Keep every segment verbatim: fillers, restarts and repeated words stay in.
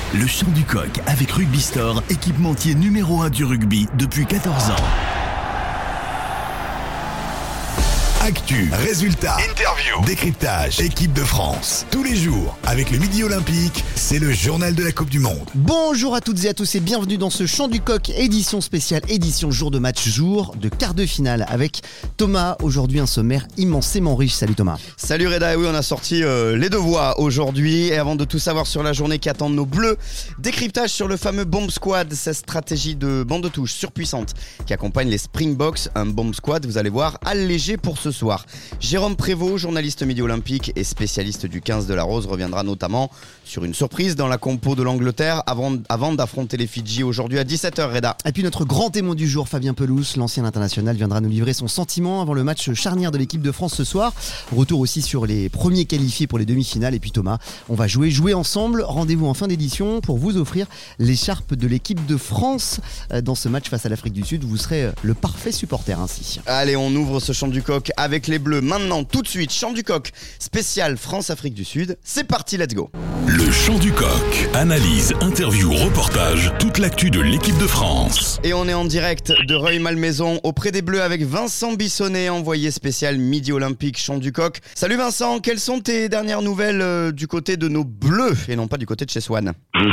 Le Chant du Coq avec Rugby Store, équipementier numéro un du rugby depuis quatorze ans. Actu, résultats, interview, décryptage, équipe de France. Tous les jours, avec le Midi Olympique, c'est le journal de la Coupe du Monde. Bonjour à toutes et à tous et bienvenue dans ce Chant du Coq, édition spéciale, édition jour de match, jour de quart de finale avec Thomas. Aujourd'hui un sommaire immensément riche. Salut Thomas. Salut Reda, et oui on a sorti euh, les deux voix aujourd'hui. Et avant de tout savoir sur la journée qui attend nos bleus, décryptage sur le fameux Bomb Squad, cette stratégie de bande de touche surpuissante qui accompagne les Springboks. Un Bomb Squad, vous allez voir, allégé pour ce soir. Jérôme Prévost, journaliste Midi Olympique et spécialiste du quinze de la Rose, reviendra notamment sur une surprise dans la compo de l'Angleterre avant, avant d'affronter les Fidji aujourd'hui à dix-sept heures, Reda. Et puis notre grand témoin du jour, Fabien Pelouse, l'ancien international, viendra nous livrer son sentiment avant le match charnière de l'équipe de France ce soir. Retour aussi sur les premiers qualifiés pour les demi-finales. Et puis Thomas, on va jouer, jouer ensemble. Rendez-vous en fin d'édition pour vous offrir l'écharpe de l'équipe de France dans ce match face à l'Afrique du Sud. Vous serez le parfait supporter ainsi. Allez, on ouvre ce Chant du Coq avec les Bleus. Maintenant, tout de suite, Chant du Coq spécial France-Afrique du Sud. C'est parti, let's go. Le Chant du Coq. Analyse, interview, reportage, toute l'actu de l'équipe de France. Et on est en direct de Rueil-Malmaison auprès des Bleus avec Vincent Bissonnet, envoyé spécial Midi Olympique Chant du Coq. Salut Vincent, quelles sont tes dernières nouvelles euh, du côté de nos Bleus et non pas du côté de chez Swan?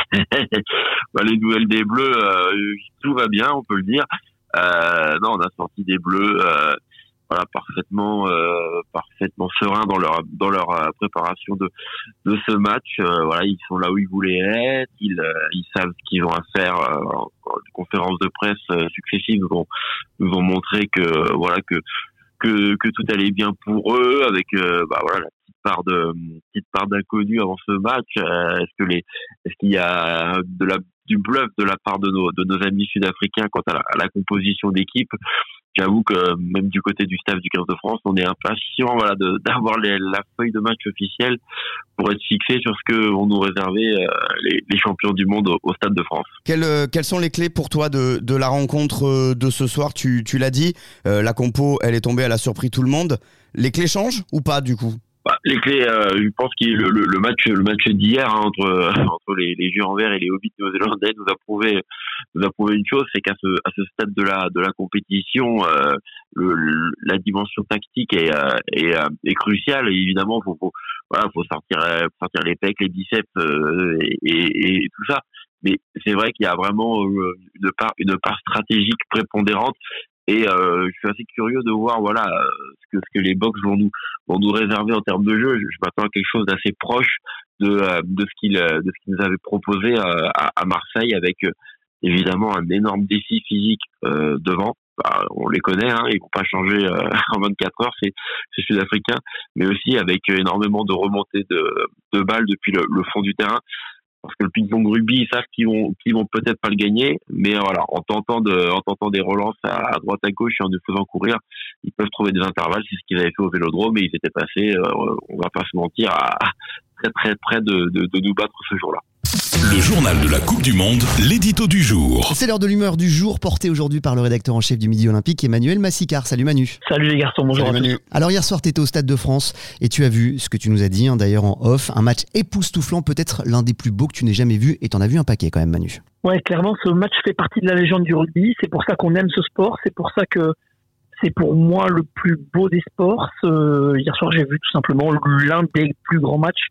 Bah, les nouvelles des Bleus, euh, tout va bien, on peut le dire. Euh, non, on a sorti des Bleus euh, voilà, parfaitement, euh, parfaitement sereins dans leur dans leur euh, préparation de de ce match. Euh, voilà, ils sont là où ils voulaient être. Ils euh, ils savent ce qu'ils ont à faire. Euh, les conférences de presse euh, successives nous ont nous ont montré que voilà que que que tout allait bien pour eux, avec euh, bah voilà la petite part de petite part d'inconnu avant ce match. Euh, est-ce que les est-ce qu'il y a de la du bluff de la part de nos de nos amis sud-africains quant à la, à la composition d'équipe? J'avoue que même du côté du staff du quinze de France, on est impatient voilà de d'avoir les, la feuille de match officielle pour être fixé sur ce que vont nous réserver euh, les, les champions du monde au, au Stade de France. Quelles, euh, quelles sont les clés pour toi de, de la rencontre euh, de ce soir? Tu, tu l'as dit, euh, la compo, elle est tombée, elle a surpris tout le monde. Les clés changent ou pas du coup? Bah, les clés, euh, je pense que le, le, le match, le match d'hier hein, entre entre les, les Jeux en vert et les Hobbits néo-zélandais nous a prouvé nous a prouvé une chose, c'est qu'à ce à ce stade de la de la compétition, euh, le, le, la dimension tactique est euh, est, euh, est cruciale. Et évidemment, faut, faut voilà, faut sortir euh, sortir les pecs, les biceps euh, et, et, et tout ça. Mais c'est vrai qu'il y a vraiment euh, une part une part stratégique prépondérante. Et euh, je suis assez curieux de voir voilà ce que ce que les Box vont nous vont nous réserver en termes de jeu. Je, je m'attends à quelque chose d'assez proche de de ce qu'ils de ce qu'ils nous avaient proposé à, à Marseille, avec euh, évidemment un énorme défi physique euh, devant. Bah, on les connaît, hein, ils vont pas changer euh, en vingt-quatre heures, c'est c'est sud-africain, mais aussi avec énormément de remontées de de balles depuis le, le fond du terrain. Parce que le ping-pong rugby, ils savent qu'ils vont, qu'ils vont peut-être pas le gagner, mais voilà, en tentant de, en tentant des relances à, à droite à gauche et en nous faisant courir, ils peuvent trouver des intervalles. C'est ce qu'ils avaient fait au Vélodrome, et ils étaient passés, euh, on va pas se mentir, à très très près de, de, de nous battre ce jour-là. Le journal de la Coupe du Monde, l'édito du jour. C'est l'heure de l'humeur du jour, portée aujourd'hui par le rédacteur en chef du Midi Olympique, Emmanuel Massicard. Salut Manu. Salut les garçons, bonjour. Salut à Manu. tous. Alors hier soir, tu étais au Stade de France et tu as vu ce que tu nous as dit, hein, d'ailleurs en off, un match époustouflant, peut-être l'un des plus beaux que tu n'aies jamais vu, et t'en as vu un paquet quand même, Manu. Ouais, clairement, ce match fait partie de la légende du rugby. C'est pour ça qu'on aime ce sport. C'est pour ça que c'est pour moi le plus beau des sports. Euh, hier soir, j'ai vu tout simplement l'un des plus grands matchs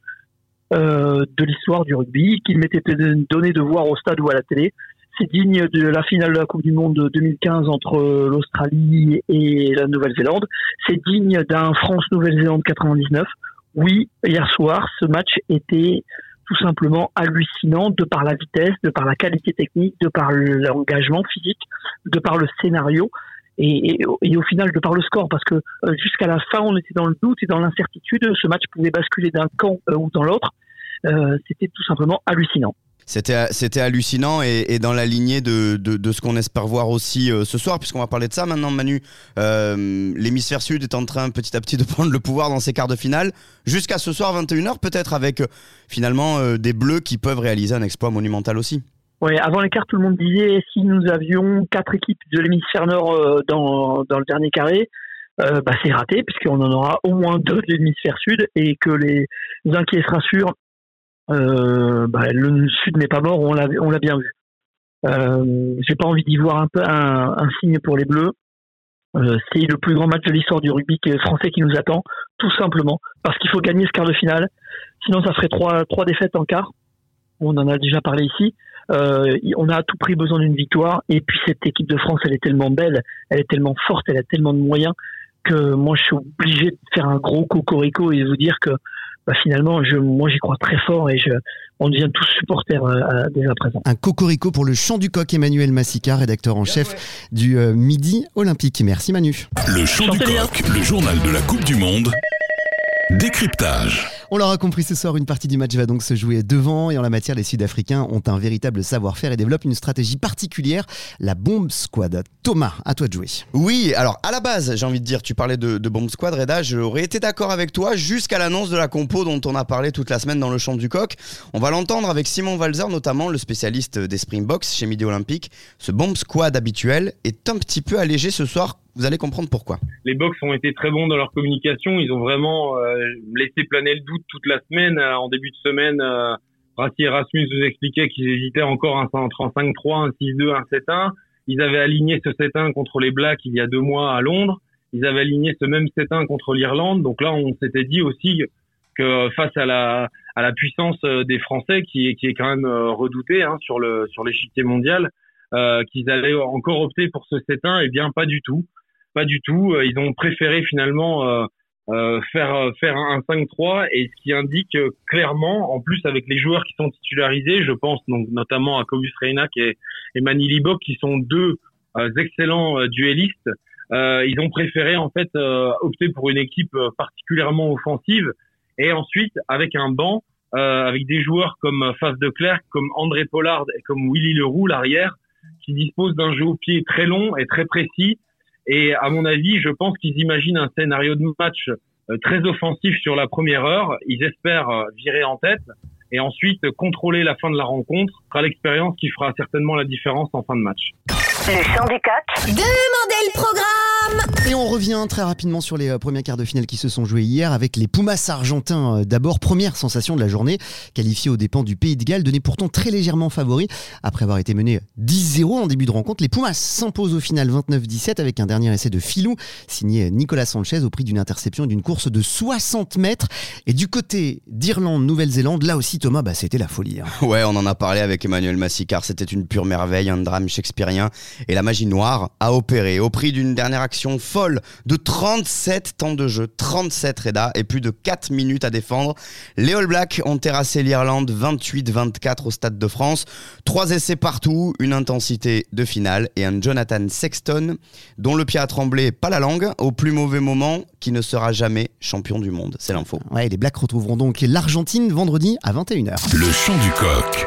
euh, de l'histoire du rugby, qu'il m'était donné de voir au stade ou à la télé. C'est digne de la finale de la Coupe du Monde deux mille quinze entre l'Australie et la Nouvelle-Zélande. C'est digne d'un France-Nouvelle-Zélande quatre-vingt-dix-neuf. Oui, hier soir, ce match était tout simplement hallucinant, de par la vitesse, de par la qualité technique, de par l'engagement physique, de par le scénario et, et, et au final de par le score, parce que euh, jusqu'à la fin on était dans le doute et dans l'incertitude. Ce match pouvait basculer d'un camp euh, ou dans l'autre. Euh, c'était tout simplement hallucinant. C'était, c'était hallucinant et, et dans la lignée de, de, de ce qu'on espère voir aussi euh, ce soir, puisqu'on va parler de ça maintenant, Manu. Euh, l'hémisphère sud est en train petit à petit de prendre le pouvoir dans ses quarts de finale, jusqu'à ce soir vingt et une heures peut-être, avec euh, finalement euh, des Bleus qui peuvent réaliser un exploit monumental aussi. Ouais, avant les quarts, tout le monde disait si nous avions quatre équipes de l'hémisphère nord euh, dans, dans le dernier carré, euh, bah, c'est raté, puisqu'on en aura au moins deux de l'hémisphère sud, et que les inquiets se rassurent, Euh, bah, le Sud n'est pas mort, on l'a, on l'a bien vu. Euh, j'ai pas envie d'y voir un peu un, un signe pour les Bleus. Euh, c'est le plus grand match de l'histoire du rugby français qui nous attend, tout simplement, parce qu'il faut gagner ce quart de finale. Sinon, ça ferait trois, trois défaites en quart. On en a déjà parlé ici. Euh, on a à tout prix besoin d'une victoire. Et puis cette équipe de France, elle est tellement belle, elle est tellement forte, elle a tellement de moyens que moi, je suis obligé de faire un gros cocorico et de vous dire que bah, finalement, je, moi, j'y crois très fort et je, on devient tous supporters euh, dès à présent. Un cocorico pour le chant du coq, Emmanuel Massica, rédacteur en chef ouais. du euh, Midi Olympique. Merci Manu. Le chant Chantez du coq, bien. Le journal de la Coupe du Monde. Décryptage. On l'aura compris ce soir, une partie du match va donc se jouer devant et en la matière, les Sud-Africains ont un véritable savoir-faire et développent une stratégie particulière, la Bomb Squad. Thomas, à toi de jouer. Oui, alors à la base, j'ai envie de dire, tu parlais de, de Bomb Squad, Reda, j'aurais été d'accord avec toi jusqu'à l'annonce de la compo dont on a parlé toute la semaine dans le chant du coq. On va l'entendre avec Simon Walzer, notamment le spécialiste des Springboks chez Midi Olympique. Ce Bomb Squad habituel est un petit peu allégé ce soir. Vous allez comprendre pourquoi. Les Box ont été très bons dans leur communication. Ils ont vraiment euh, laissé planer le doute toute la semaine. Euh, en début de semaine, euh, Rassi Erasmus nous expliquait qu'ils hésitaient encore entre un cinq trois, un six deux, un sept un. Ils avaient aligné ce sept un contre les Blacks il y a deux mois à Londres. Ils avaient aligné ce même sept un contre l'Irlande. Donc là, on s'était dit aussi que face à la à la puissance des Français, qui est qui est quand même redoutée hein, sur le sur l'échiquier mondial, euh, qu'ils allaient encore opter pour ce sept un. Eh bien, pas du tout. Pas du tout. Ils ont préféré finalement euh, euh, faire faire un cinq trois et ce qui indique clairement, en plus avec les joueurs qui sont titularisés, je pense donc notamment à Cobus Reinach et, et Mani Libok qui sont deux euh, excellents euh, duellistes. Euh, ils ont préféré en fait euh, opter pour une équipe particulièrement offensive et ensuite avec un banc euh, avec des joueurs comme Faf de Klerk, comme André Pollard et comme Willy Leroux l'arrière qui disposent d'un jeu au pied très long et très précis. Et à mon avis, je pense qu'ils imaginent un scénario de match très offensif sur la première heure. Ils espèrent virer en tête et ensuite contrôler la fin de la rencontre. Ce sera l'expérience qui fera certainement la différence en fin de match. Le chant du coq. Demandez le programme. Et on revient très rapidement sur les premiers quarts de finale qui se sont joués hier avec les Pumas argentins. D'abord, première sensation de la journée, qualifiés aux dépens du Pays de Galles, donné pourtant très légèrement favori. Après avoir été mené dix zéro en début de rencontre, les Pumas s'imposent au final vingt-neuf dix-sept avec un dernier essai de Filou, signé Nicolas Sanchez au prix d'une interception et d'une course de soixante mètres. Et du côté d'Irlande-Nouvelle-Zélande, là aussi Thomas, bah, c'était la folie. Hein. Ouais, on en a parlé avec Emmanuel Massicard, c'était une pure merveille, un drame shakespearien. Et la magie noire a opéré au prix d'une dernière action folle de trente-sept temps de jeu, trente-sept Reda et plus de quatre minutes à défendre. Les All Blacks ont terrassé l'Irlande vingt-huit vingt-quatre au Stade de France. Trois essais partout, une intensité de finale et un Jonathan Sexton dont le pied a tremblé, pas la langue, au plus mauvais moment, qui ne sera jamais champion du monde. C'est l'info. Ouais, les Blacks retrouveront donc l'Argentine vendredi à vingt et une heures. Le chant du coq.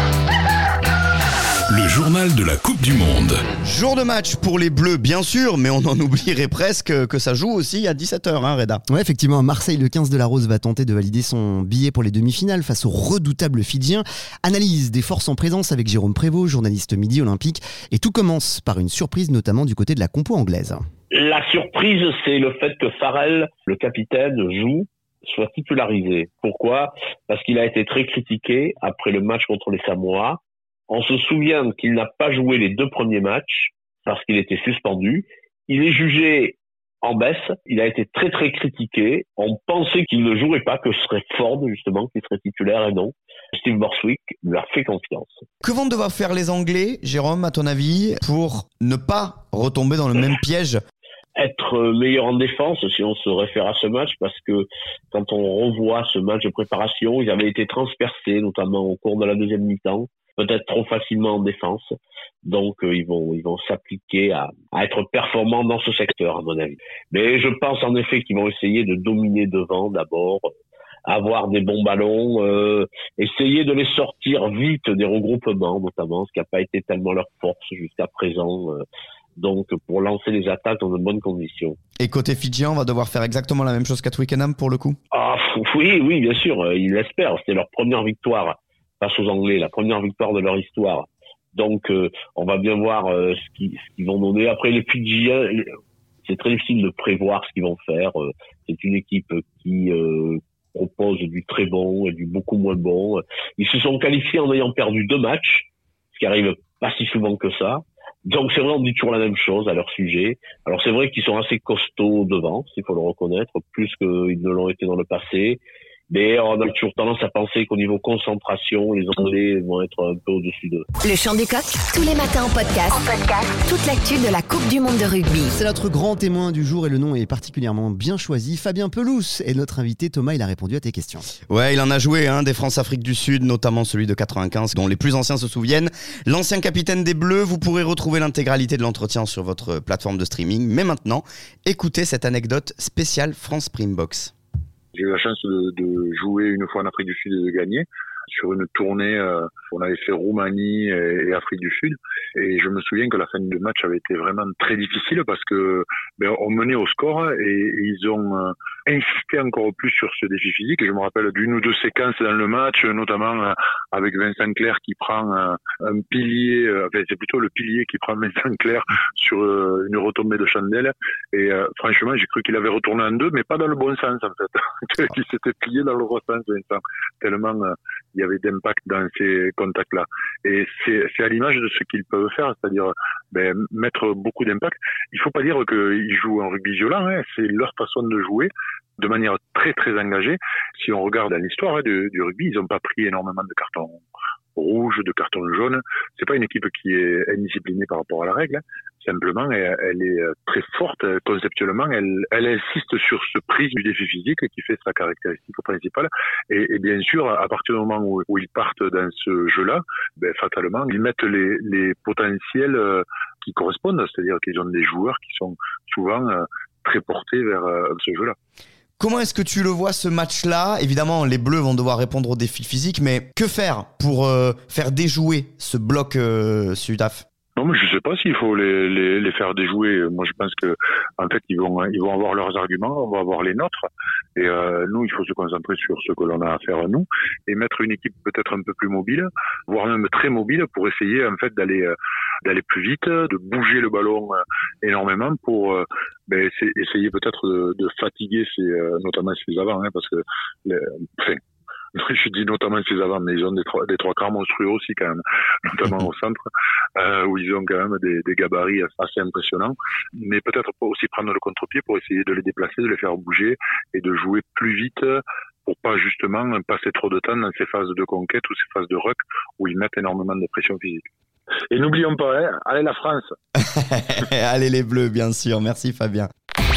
Le journal de la Coupe du Monde. Jour de match pour les Bleus, bien sûr, mais on en oublierait presque que ça joue aussi à dix-sept heures, hein, Reda. Ouais, effectivement, Marseille, le quinze de la Rose, va tenter de valider son billet pour les demi-finales face aux redoutables Fidjiens. Analyse des forces en présence avec Jérôme Prévost, journaliste Midi Olympique. Et tout commence par une surprise, notamment du côté de la compo anglaise. La surprise, c'est le fait que Farrell, le capitaine, joue, soit titularisé. Pourquoi ? Parce qu'il a été très critiqué après le match contre les Samoa. On se souvient qu'il n'a pas joué les deux premiers matchs parce qu'il était suspendu. Il est jugé en baisse. Il a été très très critiqué. On pensait qu'il ne jouerait pas, que ce serait Ford justement qui serait titulaire et non. Steve Borswick lui a fait confiance. Que vont devoir faire les Anglais, Jérôme, à ton avis, pour ne pas retomber dans le même piège ? Être meilleur en défense si on se réfère à ce match, parce que quand on revoit ce match de préparation, ils avaient été transpercés, notamment au cours de la deuxième mi-temps, peut-être trop facilement en défense. Donc euh, ils vont ils vont s'appliquer à, à être performants dans ce secteur, à mon avis. Mais je pense en effet qu'ils vont essayer de dominer devant d'abord, avoir des bons ballons, euh, essayer de les sortir vite des regroupements notamment, ce qui n'a pas été tellement leur force jusqu'à présent. Euh, Donc, pour lancer les attaques dans de bonnes conditions. Et côté Fidjien, on va devoir faire exactement la même chose qu'à Twickenham pour le coup ? Ah, oui, oui, bien sûr. Ils l'espèrent. C'était leur première victoire face aux Anglais, la première victoire de leur histoire. Donc, euh, on va bien voir euh, ce, qu'ils, ce qu'ils vont donner. Après, les Fidjiens, c'est très difficile de prévoir ce qu'ils vont faire. Euh, c'est une équipe qui euh, propose du très bon et du beaucoup moins bon. Ils se sont qualifiés en ayant perdu deux matchs, ce qui arrive pas si souvent que ça. Donc c'est vrai, on dit toujours la même chose à leur sujet. Alors c'est vrai qu'ils sont assez costauds devant, il faut le reconnaître, plus qu'ils ne l'ont été dans le passé. Mais on a toujours tendance à penser qu'au niveau concentration, les Anglais vont être un peu au-dessus d'eux. Le Chant du Coq, tous les matins en podcast. En podcast. Toute l'actu de la Coupe du Monde de rugby. C'est notre grand témoin du jour et le nom est particulièrement bien choisi. Fabien Pelouse est notre invité. Thomas, il a répondu à tes questions. Ouais, il en a joué hein, des France-Afrique du Sud, notamment celui de quatre-vingt-quinze, dont les plus anciens se souviennent. L'ancien capitaine des Bleus, vous pourrez retrouver l'intégralité de l'entretien sur votre plateforme de streaming. Mais maintenant, écoutez cette anecdote spéciale France Springboks. J'ai eu la chance de, de jouer une fois en Afrique du Sud et de gagner sur une tournée. Euh, on avait fait Roumanie et, et Afrique du Sud. Et je me souviens que la fin du match avait été vraiment très difficile parce que ben, on menait au score et, et ils ont euh, insisté encore plus sur ce défi physique. Je me rappelle d'une ou deux séquences dans le match, notamment euh, avec Vincent Clerc qui prend euh, un pilier, euh, enfin c'est plutôt le pilier qui prend Vincent Clerc sur euh, une retombée de chandelle. Et euh, franchement, j'ai cru qu'il avait retourné en deux, mais pas dans le bon sens en fait. qu'il s'était plié dans le bon sens, Vincent. Tellement euh, il y avait d'impact dans ces contacts-là. Et c'est, c'est à l'image de ce qu'ils peuvent faire, c'est-à-dire ben, mettre beaucoup d'impact. Il faut pas dire qu'ils jouent un rugby violent, hein, c'est leur façon de jouer de manière très très engagée. Si on regarde l'histoire hein, du, du rugby, ils n'ont pas pris énormément de cartons rouges, de cartons jaunes. C'est pas une équipe qui est indisciplinée par rapport à la règle. Hein. Simplement, elle, elle est très forte conceptuellement. Elle, elle insiste sur ce prisme du défi physique qui fait sa caractéristique principale. Et, et bien sûr, à partir du moment où, où ils partent dans ce jeu-là, ben, fatalement, ils mettent les, les potentiels euh, qui correspondent. C'est-à-dire qu'ils ont des joueurs qui sont souvent euh, très portés vers euh, ce jeu-là. Comment est-ce que tu le vois ce match-là ? Évidemment, les Bleus vont devoir répondre aux défis physiques, mais que faire pour euh, faire déjouer ce bloc euh, Sudaf ? Non, mais je sais pas s'il faut les, les, les faire déjouer. Moi, je pense que en fait, ils vont, ils vont avoir leurs arguments, on va avoir les nôtres. Et euh, nous, il faut se concentrer sur ce que l'on a à faire nous et mettre une équipe peut-être un peu plus mobile, voire même très mobile, pour essayer en fait d'aller euh, d'aller plus vite, de bouger le ballon euh, énormément pour euh, ben, essayer peut-être de, de fatiguer ces, euh, notamment ces avants, hein, parce que les, enfin, je dis notamment ces avants, mais ils ont des trois, des trois quarts monstrueux aussi quand même, notamment au centre, euh, où ils ont quand même des, des gabarits assez impressionnants. Mais peut-être aussi prendre le contre-pied pour essayer de les déplacer, de les faire bouger et de jouer plus vite pour pas justement passer trop de temps dans ces phases de conquête ou ces phases de ruck où ils mettent énormément de pression physique. Et n'oublions pas, hein, allez la France. Allez les Bleus, bien sûr. Merci Fabien.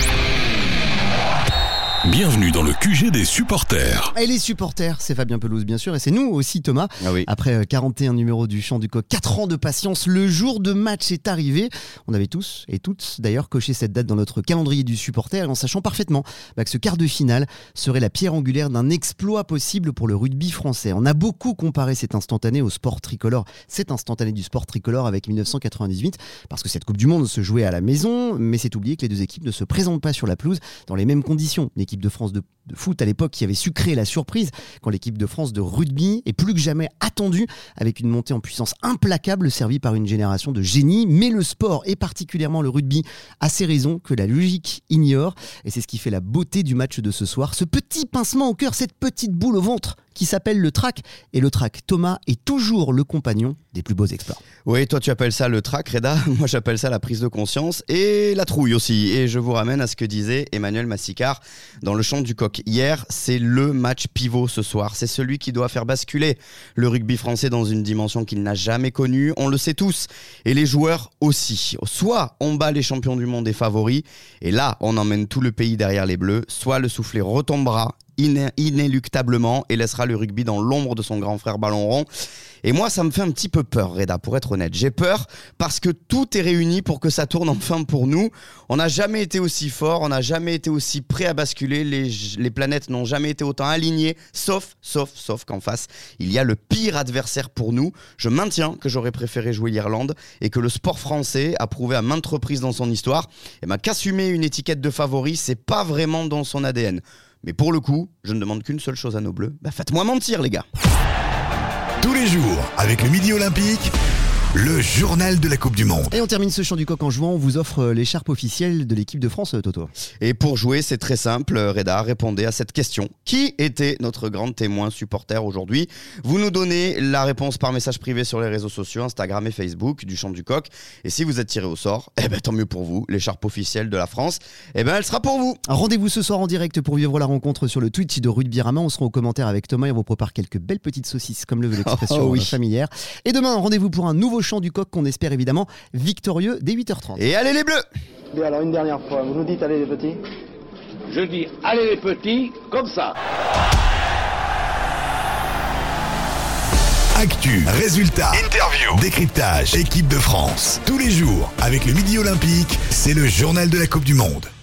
Bienvenue dans le Q G des supporters. Et les supporters, c'est Fabien Pelouse bien sûr, et c'est nous aussi Thomas. Ah oui. Après quarante et un numéros du Chant du Coq, quatre ans de patience, le jour de match est arrivé. On avait tous et toutes d'ailleurs coché cette date dans notre calendrier du supporter, en sachant parfaitement bah, que ce quart de finale serait la pierre angulaire d'un exploit possible pour le rugby français. On a beaucoup comparé cet instantané au sport tricolore, cet instantané du sport tricolore avec dix-neuf cent quatre-vingt-dix-huit, parce que cette Coupe du Monde se jouait à la maison, mais c'est oublié que les deux équipes ne se présentent pas sur la pelouse dans les mêmes conditions. L'équipe de France de, de foot à l'époque qui avait su créer la surprise, quand l'équipe de France de rugby est plus que jamais attendue avec une montée en puissance implacable servie par une génération de génies. Mais le sport et particulièrement le rugby a ses raisons que la logique ignore, et c'est ce qui fait la beauté du match de ce soir, ce petit pincement au cœur, cette petite boule au ventre qui s'appelle le trac. Et le trac, Thomas, est toujours le compagnon des plus beaux exploits. Oui, toi tu appelles ça le trac, Reda. Moi j'appelle ça la prise de conscience et la trouille aussi. Et je vous ramène à ce que disait Emmanuel Massicard dans le Chant du Coq hier. C'est le match pivot ce soir. C'est celui qui doit faire basculer le rugby français dans une dimension qu'il n'a jamais connue. On le sait tous. Et les joueurs aussi. Soit on bat les champions du monde et favoris, et là on emmène tout le pays derrière les Bleus. Soit le soufflet retombera inéluctablement et laissera le rugby dans l'ombre de son grand frère ballon rond. Et moi, ça me fait un petit peu peur, Reda, pour être honnête. J'ai peur parce que tout est réuni pour que ça tourne enfin pour nous. On n'a jamais été aussi fort, on n'a jamais été aussi prêt à basculer. Les, les planètes n'ont jamais été autant alignées, sauf, sauf, sauf qu'en face, il y a le pire adversaire pour nous. Je maintiens que j'aurais préféré jouer l'Irlande et que le sport français a prouvé à maintes reprises dans son histoire et ben, qu'assumer une étiquette de favori, c'est pas vraiment dans son A D N. Mais pour le coup, je ne demande qu'une seule chose à nos Bleus. Bah faites-moi mentir, les gars. Tous les jours, avec le Midi Olympique, Le journal de la Coupe du Monde. Et on termine ce chant du coq en jouant. On vous offre l'écharpe officielle de l'équipe de France, Toto. Et pour jouer, c'est très simple. Reda, répondez à cette question. Qui était notre grand témoin supporter aujourd'hui? Vous nous donnez la réponse par message privé sur les réseaux sociaux, Instagram et Facebook du chant du coq. Et si vous êtes tiré au sort, eh ben, tant mieux pour vous. L'écharpe officielle de la France, eh ben, elle sera pour vous. Rendez-vous ce soir en direct pour vivre la rencontre sur le Twitch de Rugby-Rama. On sera aux commentaires avec Thomas et on vous prépare quelques belles petites saucisses, comme le veut l'expression oh, oui. familière. Et demain, rendez-vous pour un nouveau chant du coq qu'on espère évidemment victorieux dès huit heures trente. Et allez les bleus! Et alors une dernière fois, vous nous dites allez les petits? Je dis allez les petits, comme ça. Actu, résultats, interview, décryptage, équipe de France. Tous les jours, avec le Midi Olympique, c'est le journal de la Coupe du Monde.